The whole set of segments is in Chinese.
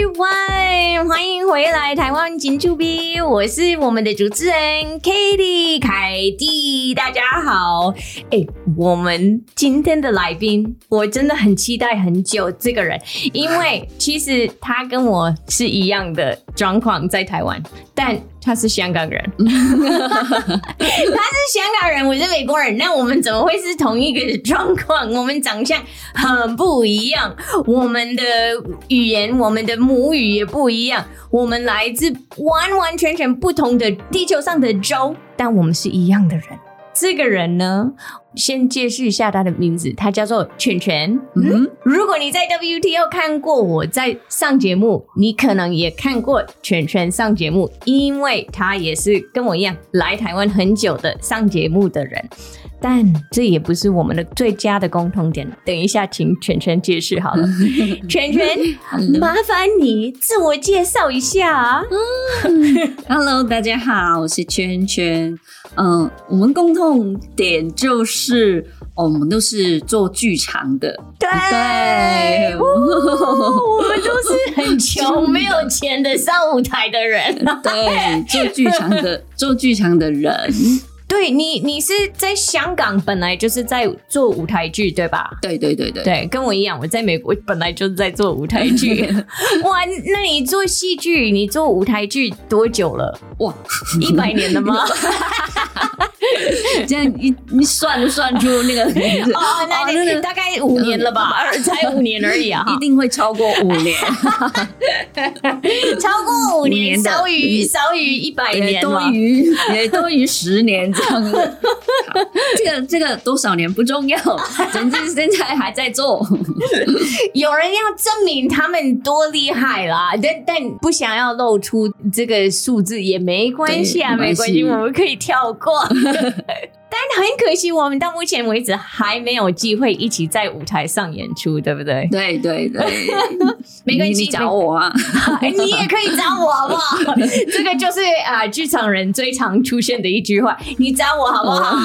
everyone， 欢迎回来台湾金主币，我是我们的主持人 Katie 凯蒂，大家好。我们今天的来宾，我真的很期待很久这个人，因为其实他跟我是一样的状况在台湾，但他是香港人，他是香港人，我是美国人，那我们怎么会是同一个状况？我们长相很不一样，我们的语言，我们的母语也不一样，我们来自完完全全不同的地球上的州，但我们是一样的人。这个人呢，先介绍一下他的名字，他叫做全全。如果你在 WTO 看过我在上节目，你可能也看过全全上节目，因为他也是跟我一样来台湾很久的上节目的人。但这也不是我们的最佳的共同点，等一下请全全解释好了。全全，麻烦你自我介绍一下。 Hello， 大家好，我是圈圈。我们共同点就是我们都是做剧场的。 对，我们都是很穷没有钱的上舞台的人。 对，做剧场的人。 对，你是在香港本来就是在做舞台剧对吧？ 对， 跟我一样，我在美国本来就是在做舞台剧。哇，那你做戏剧，你做舞台剧多久了？哇，100年了吗？ 这样你算出那个那大概5年了吧？才5年而已啊， 一定会超过5年， 超过5年，少于100年嘛， 多于10年这样子。这个多少年不重要，总之现在还在做。 有人要证明他们多厉害啦，但不想要露出这个数字也没关系啊，没关系，我们可以跳过。但很可惜，我们到目前为止还没有机会一起在舞台上演出，对不对？ 对， 没关系， 你找我啊， 你也可以找我，好不好？这个就是剧场人最常出现的一句话，你找我好不好？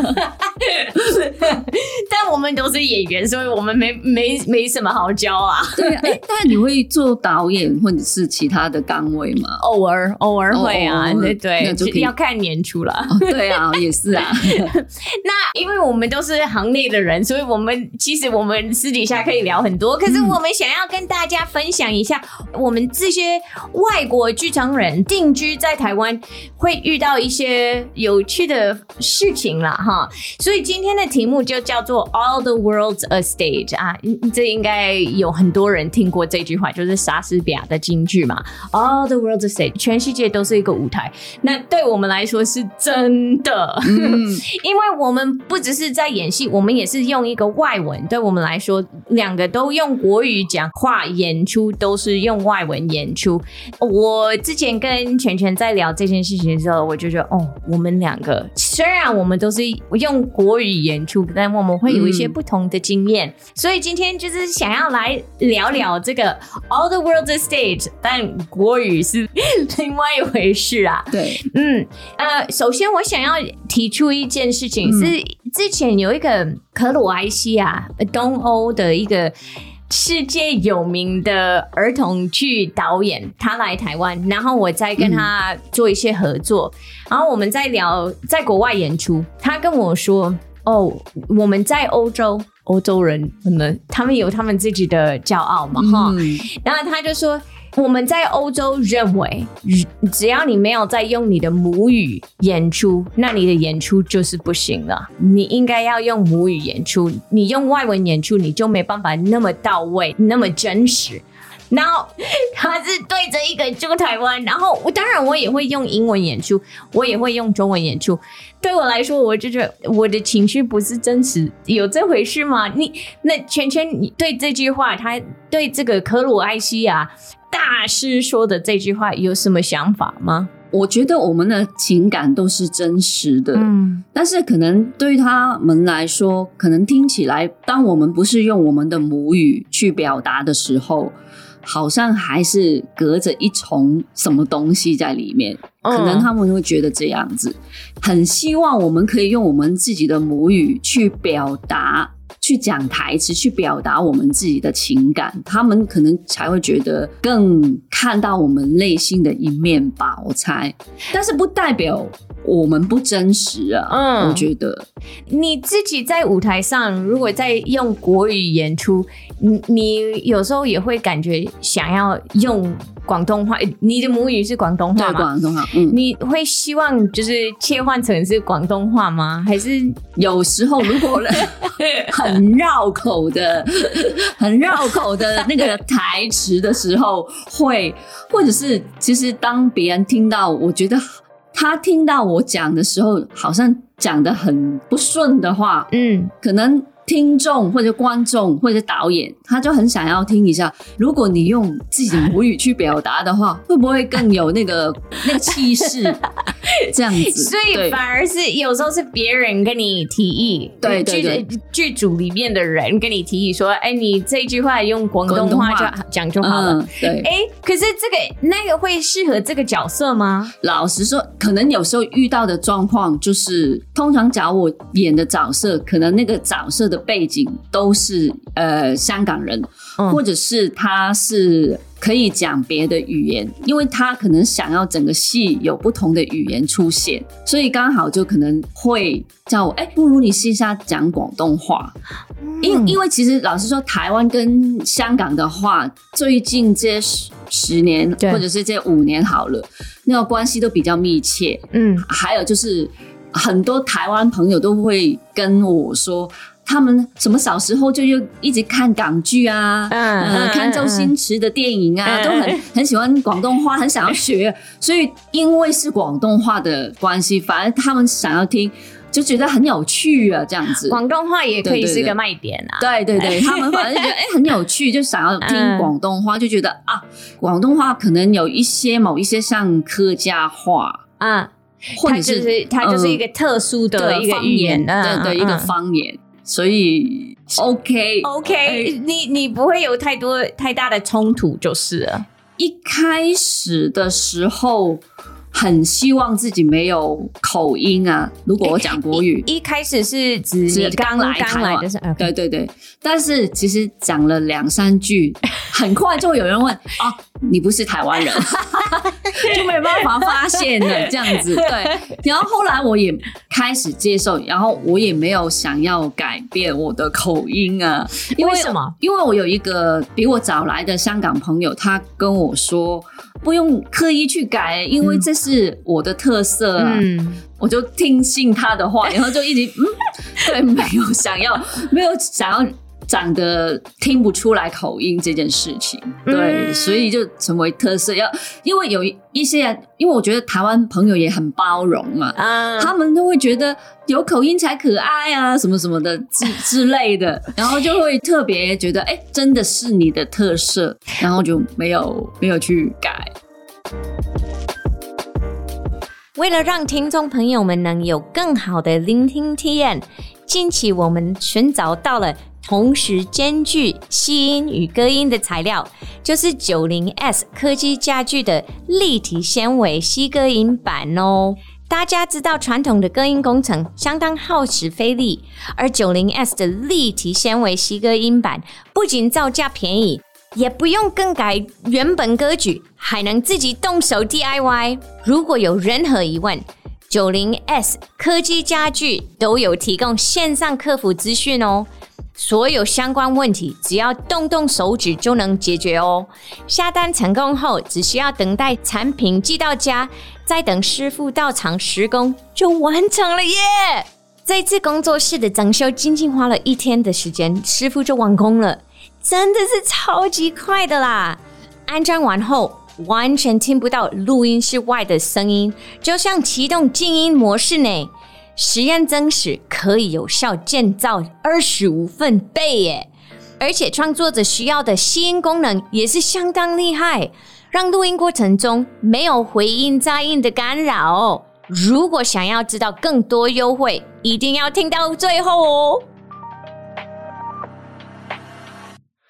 但我们都是演员，所以我们没什么好教啊。 对啊，但你会做导演或者是其他的岗位吗？ 偶尔会啊，对，要看演出了。 对啊，也是啊。 那因为我们都是行内的人，所以其实我们私底下可以聊很多，可是我们想要跟大家分享一下我们这些外国剧场人定居在台湾会遇到一些有趣的事情啦哈。所以今天的题目就叫做 All the World's a Stage 啊，这应该有很多人听过这句话，就是莎士比亚的金句嘛。All the World's a Stage， 全世界都是一个舞台。那对我们来说是真的。因为我们不只是在演戏，我们也是用一个外文，对我们来说两个都用国语讲话演出，都是用外文演出。我之前跟全全在聊这件事情的时候，我就觉得我们两个虽然我们都是用国语演出，但我们会有一些不同的经验，所以今天就是想要来聊聊这个 All the World's Stage， 但国语是另外一回事啊。 对， 首先我想要提出一件事情，是之前有一个克罗埃西亚东欧的一个世界有名的儿童剧导演，他来台湾，然后我在跟他做一些合作，然后我们在聊在国外演出，他跟我说我们在欧洲人他们有他们自己的骄傲嘛然后他就说我们在欧洲认为只要你没有在用你的母语演出，那你的演出就是不行了，你应该要用母语演出，你用外文演出你就没办法那么到位那么真实。然后他是对着一个就台湾，然后当然我也会用英文演出，我也会用中文演出，对我来说我就觉得我的情绪不是真实，有这回事吗？那圈圈你对这句话，他对这个克罗埃西亚大师说的这句话有什么想法吗？ 我觉得我们的情感都是真实的，但是可能对于他们来说，可能听起来当我们不是用我们的母语去表达的时候，好像还是隔着一重什么东西在里面，可能他们会觉得这样子，很希望我们可以用我们自己的母语去表达去讲台词，去表达我们自己的情感，他们可能才会觉得更看到我们内心的一面吧，我猜。但是不代表我们不真实啊，我觉得。 你自己在舞台上，如果在用国语演出，你有时候也会感觉想要用广东话，你的母语是广东话吗？ 对，广东话。 你会希望就是切换成是广东话吗？还是有时候如果很绕口的那个台词的时候会，或者是其实当别人听到，我觉得他听到我讲的时候，好像讲得很不顺的话，可能听众或者观众或者导演他就很想要听一下，如果你用自己的母语去表达的话，会不会更有那个气势这样子。 所以反而是有时候是别人跟你提议， 对， 剧组里面的人跟你提议说，你这句话用广东话就讲就好了。 对， 可是那个会适合这个角色吗？ 老实说，可能有时候遇到的状况就是，通常假如我演的角色，可能那个角色的背景都是香港人，或者是他是可以讲别的语言，因为他可能想要整个戏有不同的语言出现，所以刚好就可能会叫我不如你试一下讲广东话。因为其实老实说，台湾跟香港的话，最近这10年或者是这5年好了，那个关系都比较密切。还有就是很多台湾朋友都会跟我说，他们什么小时候就一直看港剧啊，看周星驰的电影啊，都很喜欢广东话，很想要学。所以因为是广东话的关系，反而他们想要听，就觉得很有趣啊，这样子。 广东话也可以是个卖点啊。 对，他们反正觉得很有趣，就想要听广东话，就觉得广东话可能有某一些像客家话或者是它就是一个特殊的一个语言， 对，一个方言。所以 OK， 你不会有太大的冲突就是了。 一开始的时候很希望自己没有口音啊，如果我讲国语。 一开始是指刚来的是， 对，但是其实讲了2-3句，很快就有人问你不是台湾人，就没办法发现了这样子。对，然后后来我也开始接受，然后我也没有想要改变我的口音啊。 为什么？ 因为我有一个比我早来的香港朋友，他跟我说不用刻意去改，因为这是我的特色啊。我就听信他的话，然后就一直对，没有想要长得听不出来口音这件事情，对，所以就成为特色。因为有一些人，因为我觉得台湾朋友也很包容嘛，他们都会觉得有口音才可爱啊，什么什么的之类的，然后就会特别觉得真的是你的特色，然后就没有去改。 为了让听众朋友们能有更好的聆听体验，近期我们寻找到了同时兼具吸音与隔音的材料，就是 90S 科技家具的立体纤维吸隔音板哦。大家知道传统的隔音工程相当耗时费力，而 90S 的立体纤维吸隔音板不仅造价便宜，也不用更改原本歌曲，还能自己动手 DIY。 如果有任何疑问， 90S 科技家具都有提供线上客服资讯哦，所有相关问题只要动手指就能解决哦。下单成功后，只需要等待产品寄到家，再等师傅到场施工就完成了耶！这次工作室的整修仅仅花了1天的时间，师傅就完工了，真的是超级快的啦！安装完后，完全听不到录音室外的声音，就像启动静音模式呢。实验证实可以有效降噪25分贝耶，而且创作者需要的吸音功能也是相当厉害，让录音过程中没有回音杂音的干扰。如果想要知道更多优惠，一定要听到最后哦。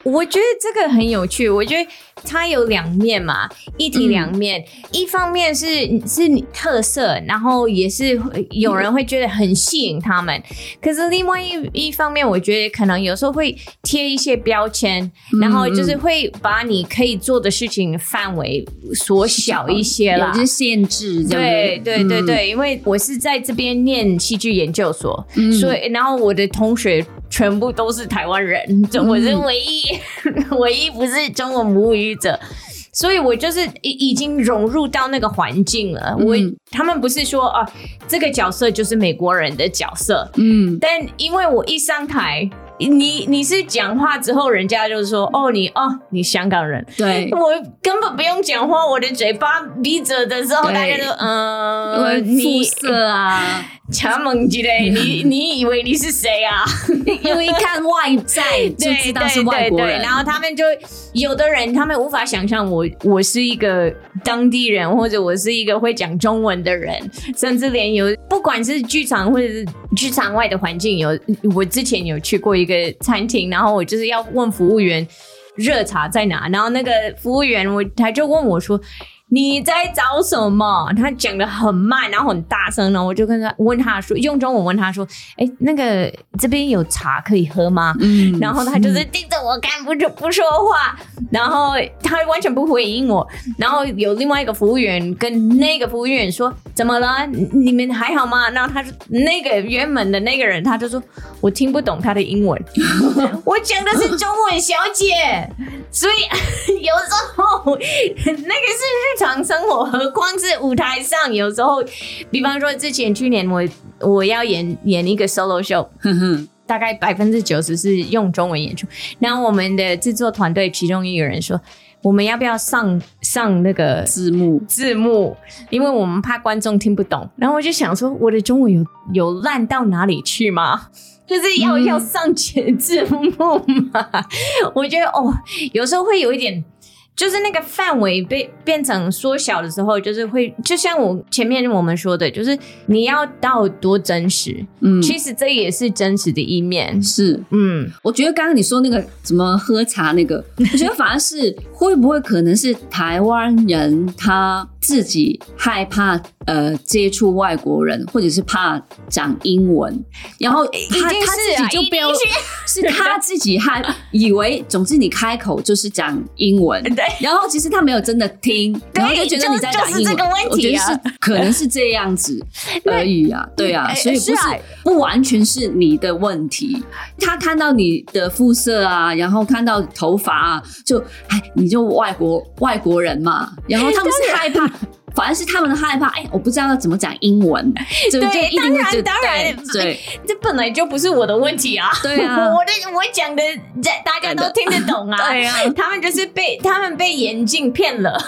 我觉得这个很有趣，我觉得它有两面嘛，一体两面。一方面是你特色，然后也是有人会觉得很吸引他们。可是另外一方面，我觉得可能有时候会贴一些标签，然后就是会把你可以做的事情范围缩小一些啦， 有些限制这样。 对，因为我是在这边念戏剧研究所，所以然后我的同学全部都是台湾人，我是唯一不是中文母语者，所以我就是已经融入到那个环境了。他们不是说这个角色就是美国人的角色，但因为我一上台，你是讲话之后，人家就说你香港人，对，我根本不用讲话，我的嘴巴闭着的时候，大家都肤色啊。 强猛之类，你以为你是谁啊？ 因为一看外在就知道是外国人， 然后他们就有的人他们无法想象我是一个当地人，或者我是一个会讲中文的人，甚至连不管是剧场或者是剧场外的环境，我之前有去过一个餐厅，然后我就是要问服务员热茶在哪，然后那个服务员他就问我说，你在找什么？他讲得很慢，然后很大声呢。我就问他说，用中文问他说：“那个这边有茶可以喝吗？”然后他就是盯着我看，不说话，然后他完全不回应我。然后有另外一个服务员跟那个服务员说：“怎么了？你们还好吗？”然后他说那个原本的那个人他就说：“我听不懂他的英文，我讲的是中文，小姐。”所以有时候那个是日常生活，何况是舞台上。有时候，比方说去年我要演一个 solo show， 大概90%是用中文演出。然后我们的制作团队其中一个人说，我们要不要上那个字幕，因为我们怕观众听不懂。然后我就想说，我的中文有烂到哪里去吗？就是要上字幕嘛？我觉得有时候会有一点，就是那个范围变成缩小的时候，就是会就像前面我们说的，就是你要到多真实，其实这也是真实的一面。 是，我觉得刚刚你说那个怎么喝茶那个，我觉得反而是会不会可能是台湾人他自己害怕接触外国人，或者是怕讲英文，然后他自己就是他自己以为总之你开口就是讲英文，对，然后其实他没有真的听，然后就觉得你在讲英文， 就是这个问题啊， 我觉得是可能是这样子而已啊，对啊，所以不完全是你的问题。他看到你的肤色啊，然后看到头发啊，你就外国人嘛，然后他们是害怕。反而是他们的害怕，我不知道要怎么讲英文，就一定会当然，对，这本来就不是我的问题啊， 对啊， 我讲的大家都听得懂啊，对啊，他们就是被眼镜骗了，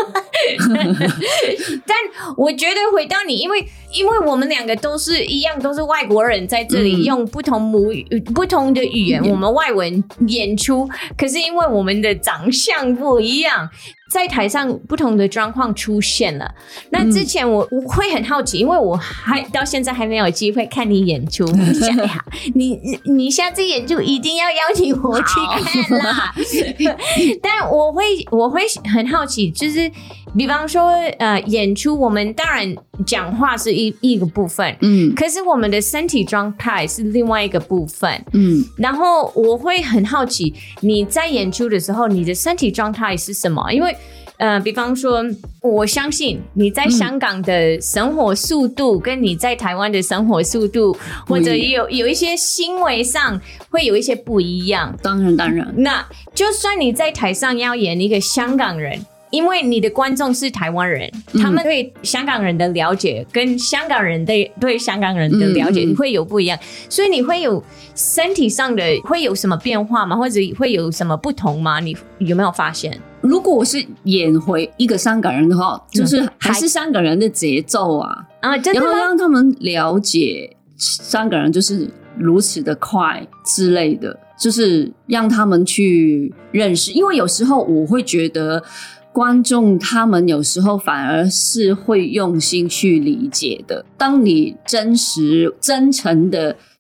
但我觉得回到你，因为我们两个都是一样，都是外国人在这里用不同的语言，我们外文演出，可是因为我们的长相不一样。在台上不同的状况出现了。那之前我会很好奇，因为我到现在还没有机会看你演出。你下次演出一定要邀请我去看啦。但我会很好奇，就是比方说演出，我们当然讲话是一个部分，可是我们的身体状态是另外一个部分，然后我会很好奇你在演出的时候，你的身体状态是什么？因为比方说，我相信你在香港的生活速度跟你在台湾的生活速度，或者有一些行为上会有一些不一样。 当然。 那就算你在台上要演一个香港人，因为你的观众是台湾人，他们对香港人的了解跟香港人对香港人的了解会有不一样，所以你会有身体上的会有什么变化吗？或者会有什么不同吗？你有没有发现？ 如果我是演回一个香港人的话，就是还是香港人的节奏啊， 真的吗？ 然后让他们了解香港人就是如此的快之类的，就是让他们去认识。因为有时候我会觉得观众他们有时候反而是会用心去理解的。当你真实真诚的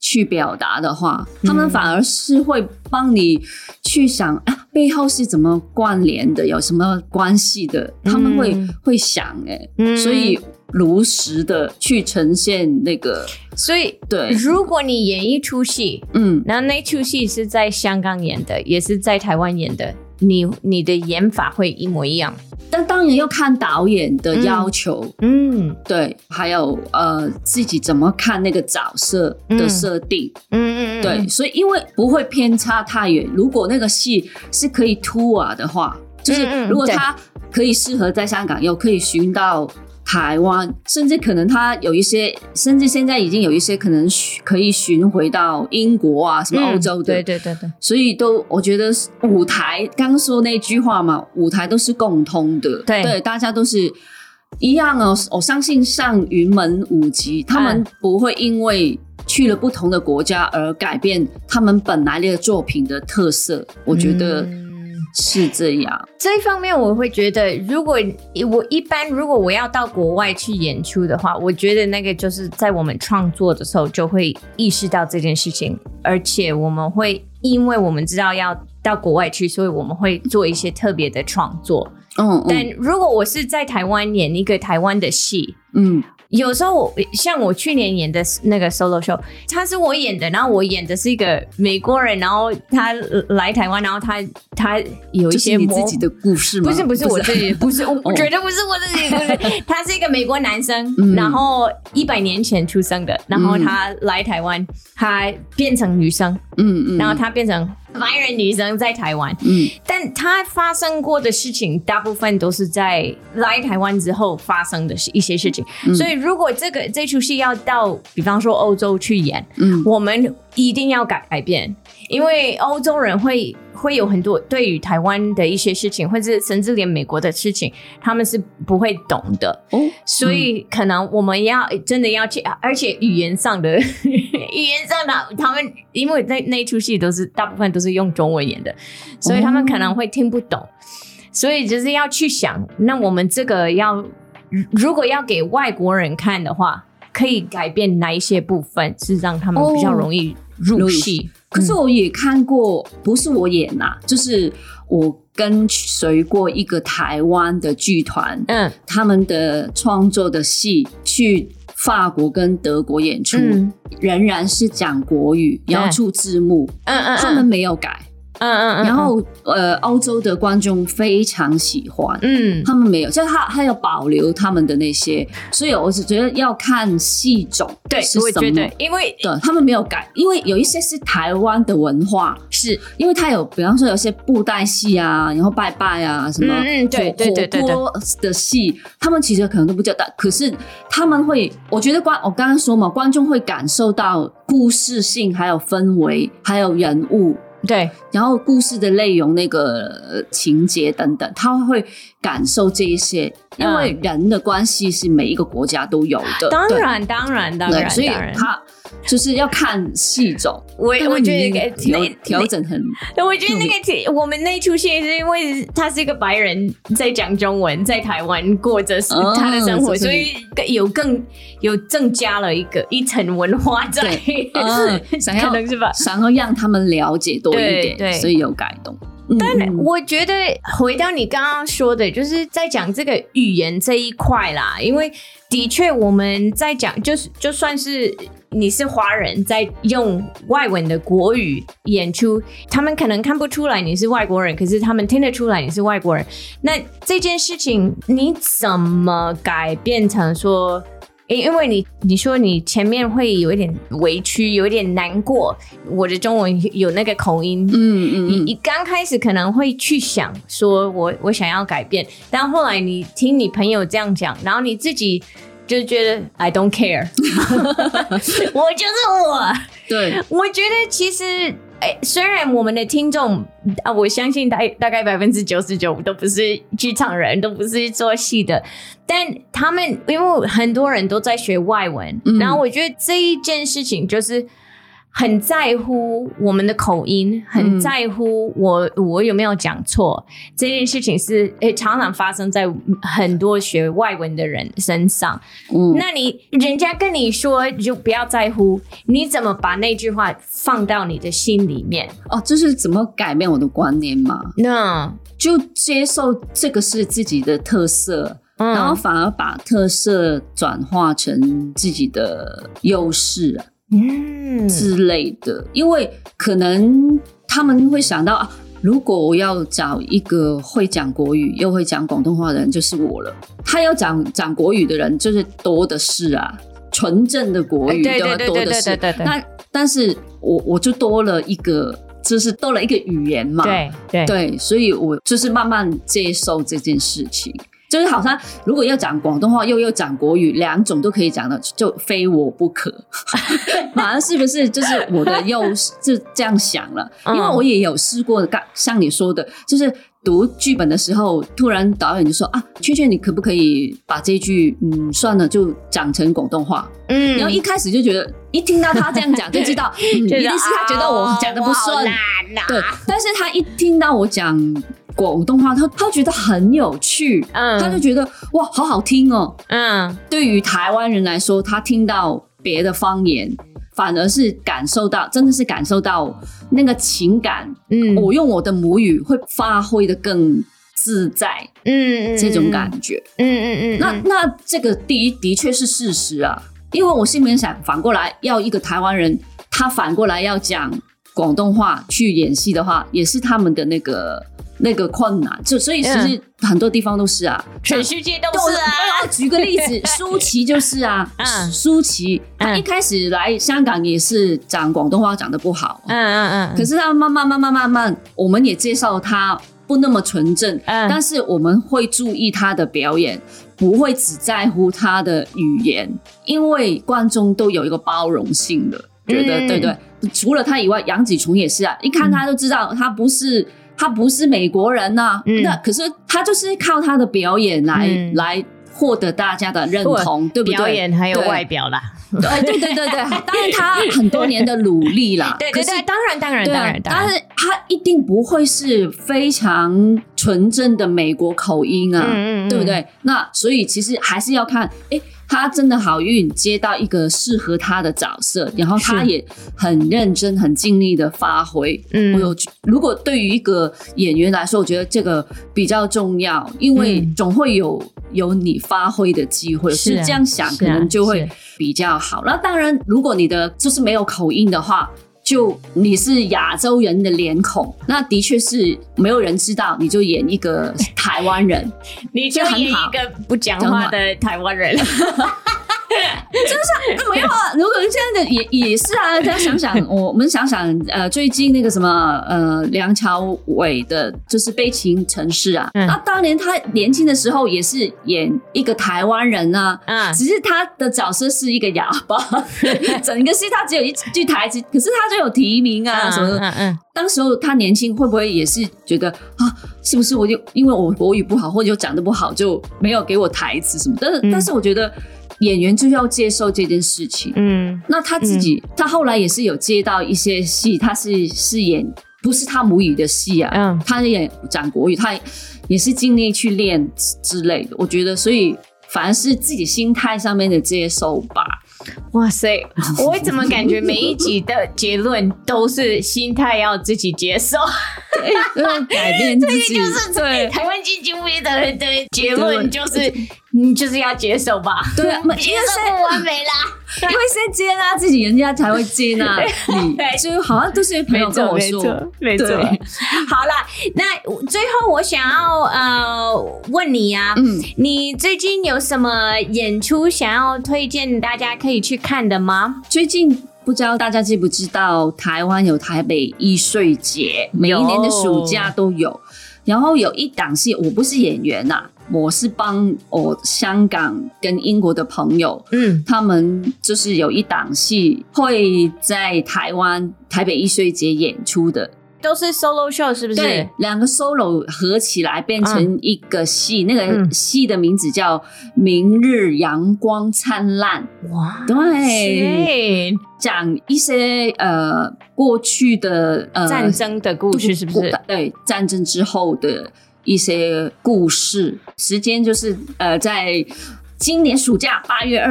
去表达的话，他们反而是会帮你去想背后是怎么关联的，有什么关系的，他们会想所以如实的去呈现那个。 所以对， 如果你演一出戏，然后那出戏是在香港演的，也是在台湾演的，你的演法会一模一样。 但当然要看导演的要求，对，还有自己怎么看那个角色的设定，对，所以因为不会偏差太远。如果那个戏是可以tour的话，就是如果它可以适合在香港，又可以巡到台湾，甚至可能它有一些，甚至现在已经有一些可能可以巡回到英国啊，什么欧洲的， 对， 所以我觉得舞台刚说那句话嘛，舞台都是共通的，对，大家都是一样哦。我相信上云门舞集，他们不会因为去了不同的国家而改变他们本来的作品的特色，我觉得是这样。 这一方面我会觉得，如果我要到国外去演出的话，我觉得那个就是在我们创作的时候就会意识到这件事情，而且我们会因为我们知道要到国外去，所以我们会做一些特别的创作。但如果我是在台湾演一个台湾的戏，有时候像我去年演的那个 solo show， 他是我演的，然后我演的是一个美国人，然后他来台湾，然后他有一些就是你自己的故事吗？ 不是我自己，不是我绝对不是我自己的故事。他是一个美国男生，然后100年前出生的，然后他来台湾，他变成女生，然后他变成白人女生在台湾，但他发生过的事情大部分都是在来台湾之后发生的一些事情，所以如果这出戏要到比方说欧洲去演，我们一定要改变，因为欧洲人会有很多对于台湾的一些事情，或者甚至连美国的事情他们是不会懂的，所以可能我们真的要去，而且语言上的他们因为那出戏大部分都是用中文演的，所以他们可能会听不懂，所以就是要去想，那我们这个如果要给外国人看的话，可以改变哪一些部分是让他们比较容易入戏。 可是我也看过，不是我演啊，就是我跟随过一个台湾的剧团，他们的创作的戏去法国跟德国演出，仍然是讲国语，要出字幕，他们没有改。然后欧洲的观众非常喜欢，他们没有，就他要保留他们的那些，所以我是觉得要看戏种是什么， 对，我觉得因为对他们没有改，因为有一些是台湾的文化， 是因为他有比方说有些布袋戏啊，然后拜拜啊什么火锅的戏，他们其实可能都不叫，可是他们会，我觉得我刚刚说嘛，观众会感受到故事性，还有氛围，还有人物。 对， 然后故事的内容、那个情节等等，他会感受这一些，因为人的关系是每一个国家都有的。 当然， 所以他就是要看戏种。 我觉得调整很， 我觉得那个我们那出戏是因为他是一个白人在讲中文，在台湾过着他的生活，所以有增加了一层文化在，可能是吧？ 想要让他们了解多一点，对，所以有改动。 但我觉得回到你刚刚说的，就是在讲这个语言这一块啦，因为的确我们在讲，就算是你是华人在用外文的国语演出，他们可能看不出来你是外国人，可是他们听得出来你是外国人。那这件事情你怎么改变成说，因为你说你前面会有一点委屈，有一点难过，我的中文有那个口音，你刚开始可能会去想说我想要改变，但后来你听你朋友这样讲，然后你自己就觉得 I don't care 我就是我。 对， 我觉得其实虽然我们的听众我相信大概99%都不是剧场人，都不是做戏的，但他们因为很多人都在学外文，然后我觉得这一件事情就是很在乎我们的口音，很在乎我有没有讲错，这件事情是常常发生在很多学外文的人身上。那人家跟你说就不要在乎，你怎么把那句话放到你的心里面？ 就是怎么改变我的观念嘛？ 那就接受这个是自己的特色。然后反而把特色转化成自己的优势之类的，因为可能他们会想到如果我要找一个会讲国语又会讲广东话的人，就是我了。他要讲国语的人就是多的是纯正的国语都多的是。那但是我就多了一个。就是多了一个语言嘛，对，所以我就是慢慢接受这件事情。就是好像如果要讲广东话又讲国语，两种都可以讲的，就非我不可。马上是不是就是我的优势就这样想了？因为我也有试过，像你说的，就是读剧本的时候，突然导演就说圈圈，你可不可以把这句算了，就讲成广东话？然后一开始就觉得，一听到他这样讲，就知道一定是他觉得我讲的不顺。对，但是他一听到我讲广东话，他觉得很有趣，他就觉得哇，好好听哦。对于台湾人来说，他听到别的方言，反而是真的是感受到那个情感。我用我的母语会发挥的更自在。这种感觉。那这个的确是事实啊，因为我心里面想，反过来要一个台湾人，他反过来要讲广东话去演戏的话，也是他们的那个困难，所以其实很多地方都是全世界都是举个例子，舒淇就是舒淇她一开始来香港也是讲广东话讲得不好，可是她慢慢，我们也接受她不那么纯正，但是我们会注意她的表演，不会只在乎她的语言，因为观众都有一个包容性的，觉得对不对？除了她以外，杨紫琼也是一看她就知道她不是美国人那可是他就是靠他的表演来获得大家的认同，对不对？ 表演还有外表啦， 对，当然他很多年的努力啦， 对，当然， 但是他一定不会是非常纯正的美国口音对不对？那所以其实还是要看，他真的好运接到一个适合他的角色，然后他也很认真很尽力的发挥。如果对于一个演员来说，我觉得这个比较重要，因为总会有你发挥的机会，是这样想可能就会比较好。那当然如果你的就是没有口音的话，就你是亚洲人的脸孔，那的确是没有人知道，你就演一个台湾人， 你就演一个不讲话的台湾人。 就是没有如果这样的也是这样想想，我们想想最近那个什么梁朝伟的就是悲情城市那当年他年轻的时候也是演一个台湾人只是他的角色是一个哑巴，整个戏他只有一句台词，可是他就有提名什么的。当时候他年轻会不会也是觉得是不是我就因为我国语不好或者讲得不好就没有给我台词什么的，但是我觉得演员就要接受这件事情。那他自己他后来也是有接到一些戏，他是演不是他母语的戏他也讲国语，他也是尽力去练之类的。我觉得所以反而是自己心态上面的接受吧。 哇塞，我怎么感觉每一集的结论都是心态要自己接受， 改变自己。 这个就是对台湾金鸡屋的结论，就是你就是要接受吧。对，接受不完美啦。 因为先接纳自己，人家才会接纳你。就好像都是朋友跟我说， 没错。好啦，那最后我想要问你你最近有什么演出想要推荐大家可以去看的吗？ 最近不知道大家知不知道，台湾有台北艺术节，每一年的暑假都有。然后有一档戏，我不是演员我是帮我香港跟英国的朋友，他们就是有一档戏会在台北艺术节演出的。 都是 solo show 是不是？ 对，2个 solo 合起来变成一个戏，那个戏的名字叫《明日阳光灿烂》。 哇， 对，讲一些过去的战争的故事是不是？ 对，战争之后的一些故事。时间就是在今年暑假8月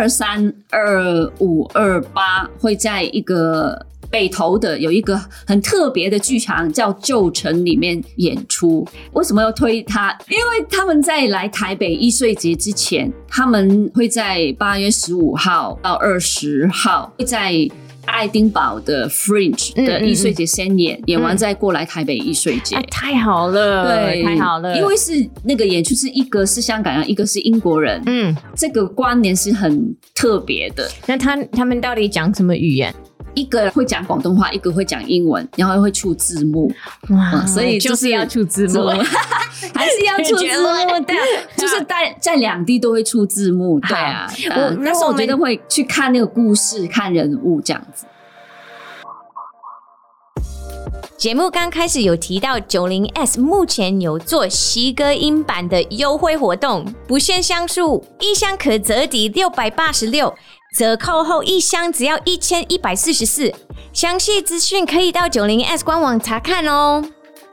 23、25、28会在一个北投的有一个很特别的剧场叫旧城里面演出。为什么要推它？因为他们在来台北艺穗节之前，他们会在8月15号到20号会在爱丁堡的 Fringe 的艺穗节先演完再过来台北艺穗节。 太好了，对，太好了。 因为是那个演出是一个是香港人，一个是英国人，这个关联是很特别的。 那他们到底讲什么语言？ 一个会讲广东话，一个会讲英文，然后会出字幕。 哇， 所以就是要出字幕， 还是要出字幕，对，就是在2地都会出字幕，对啊。但是我觉得会去看那个故事，看人物这样子。 节目刚开始有提到 90S 目前有做西歌音版的优惠活动，不限箱数，一箱可折抵686，折扣后一箱只要1144。详细资讯可以到 90S 官网查看哦。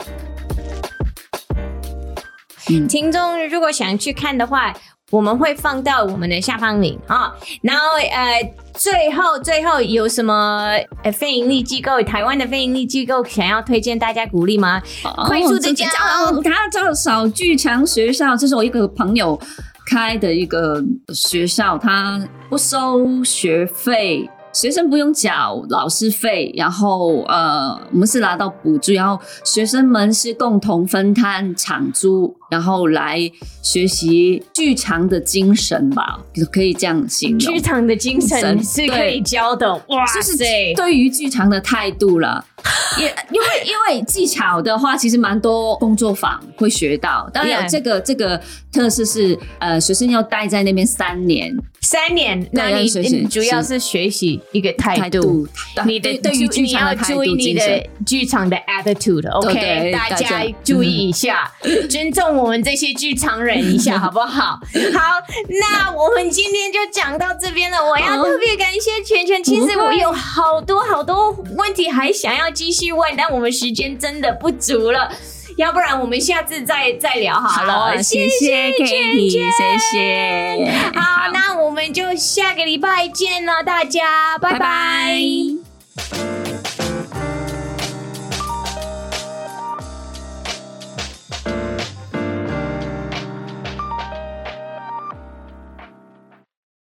听众如果想去看的话，我们会放到我们的下方领啊。然后最后有什么非营利机构，台湾的非营利机构想要推荐大家鼓励吗？快速的讲， 他叫小剧场学校，这是我一个朋友开的一个学校，他不收学费，学生不用缴老师费，然后我们是拿到补助，然后学生们是共同分摊场租，然后来学习剧场的精神吧，可以这样形容。 剧场的精神是可以教的，哇塞！ 就是对于剧场的态度了。因为技巧的话，其实蛮多工作坊会学到。当然有这个特色是学生要待在那边3年。 3年，那你主要是学习一个态度，你的对于剧场的态度，你要注意你的剧场的 attitude。OK， 大家注意一下，尊重我们这些剧场人一下，好不好？好，那我们今天就讲到这边了。我要特别感谢全全，其实我有好多问题还想要继续问，但我们时间真的不足了。要不然我们下次再聊好了。 谢谢 Katie， 谢谢。 好，那我们就下个礼拜见了，大家拜拜。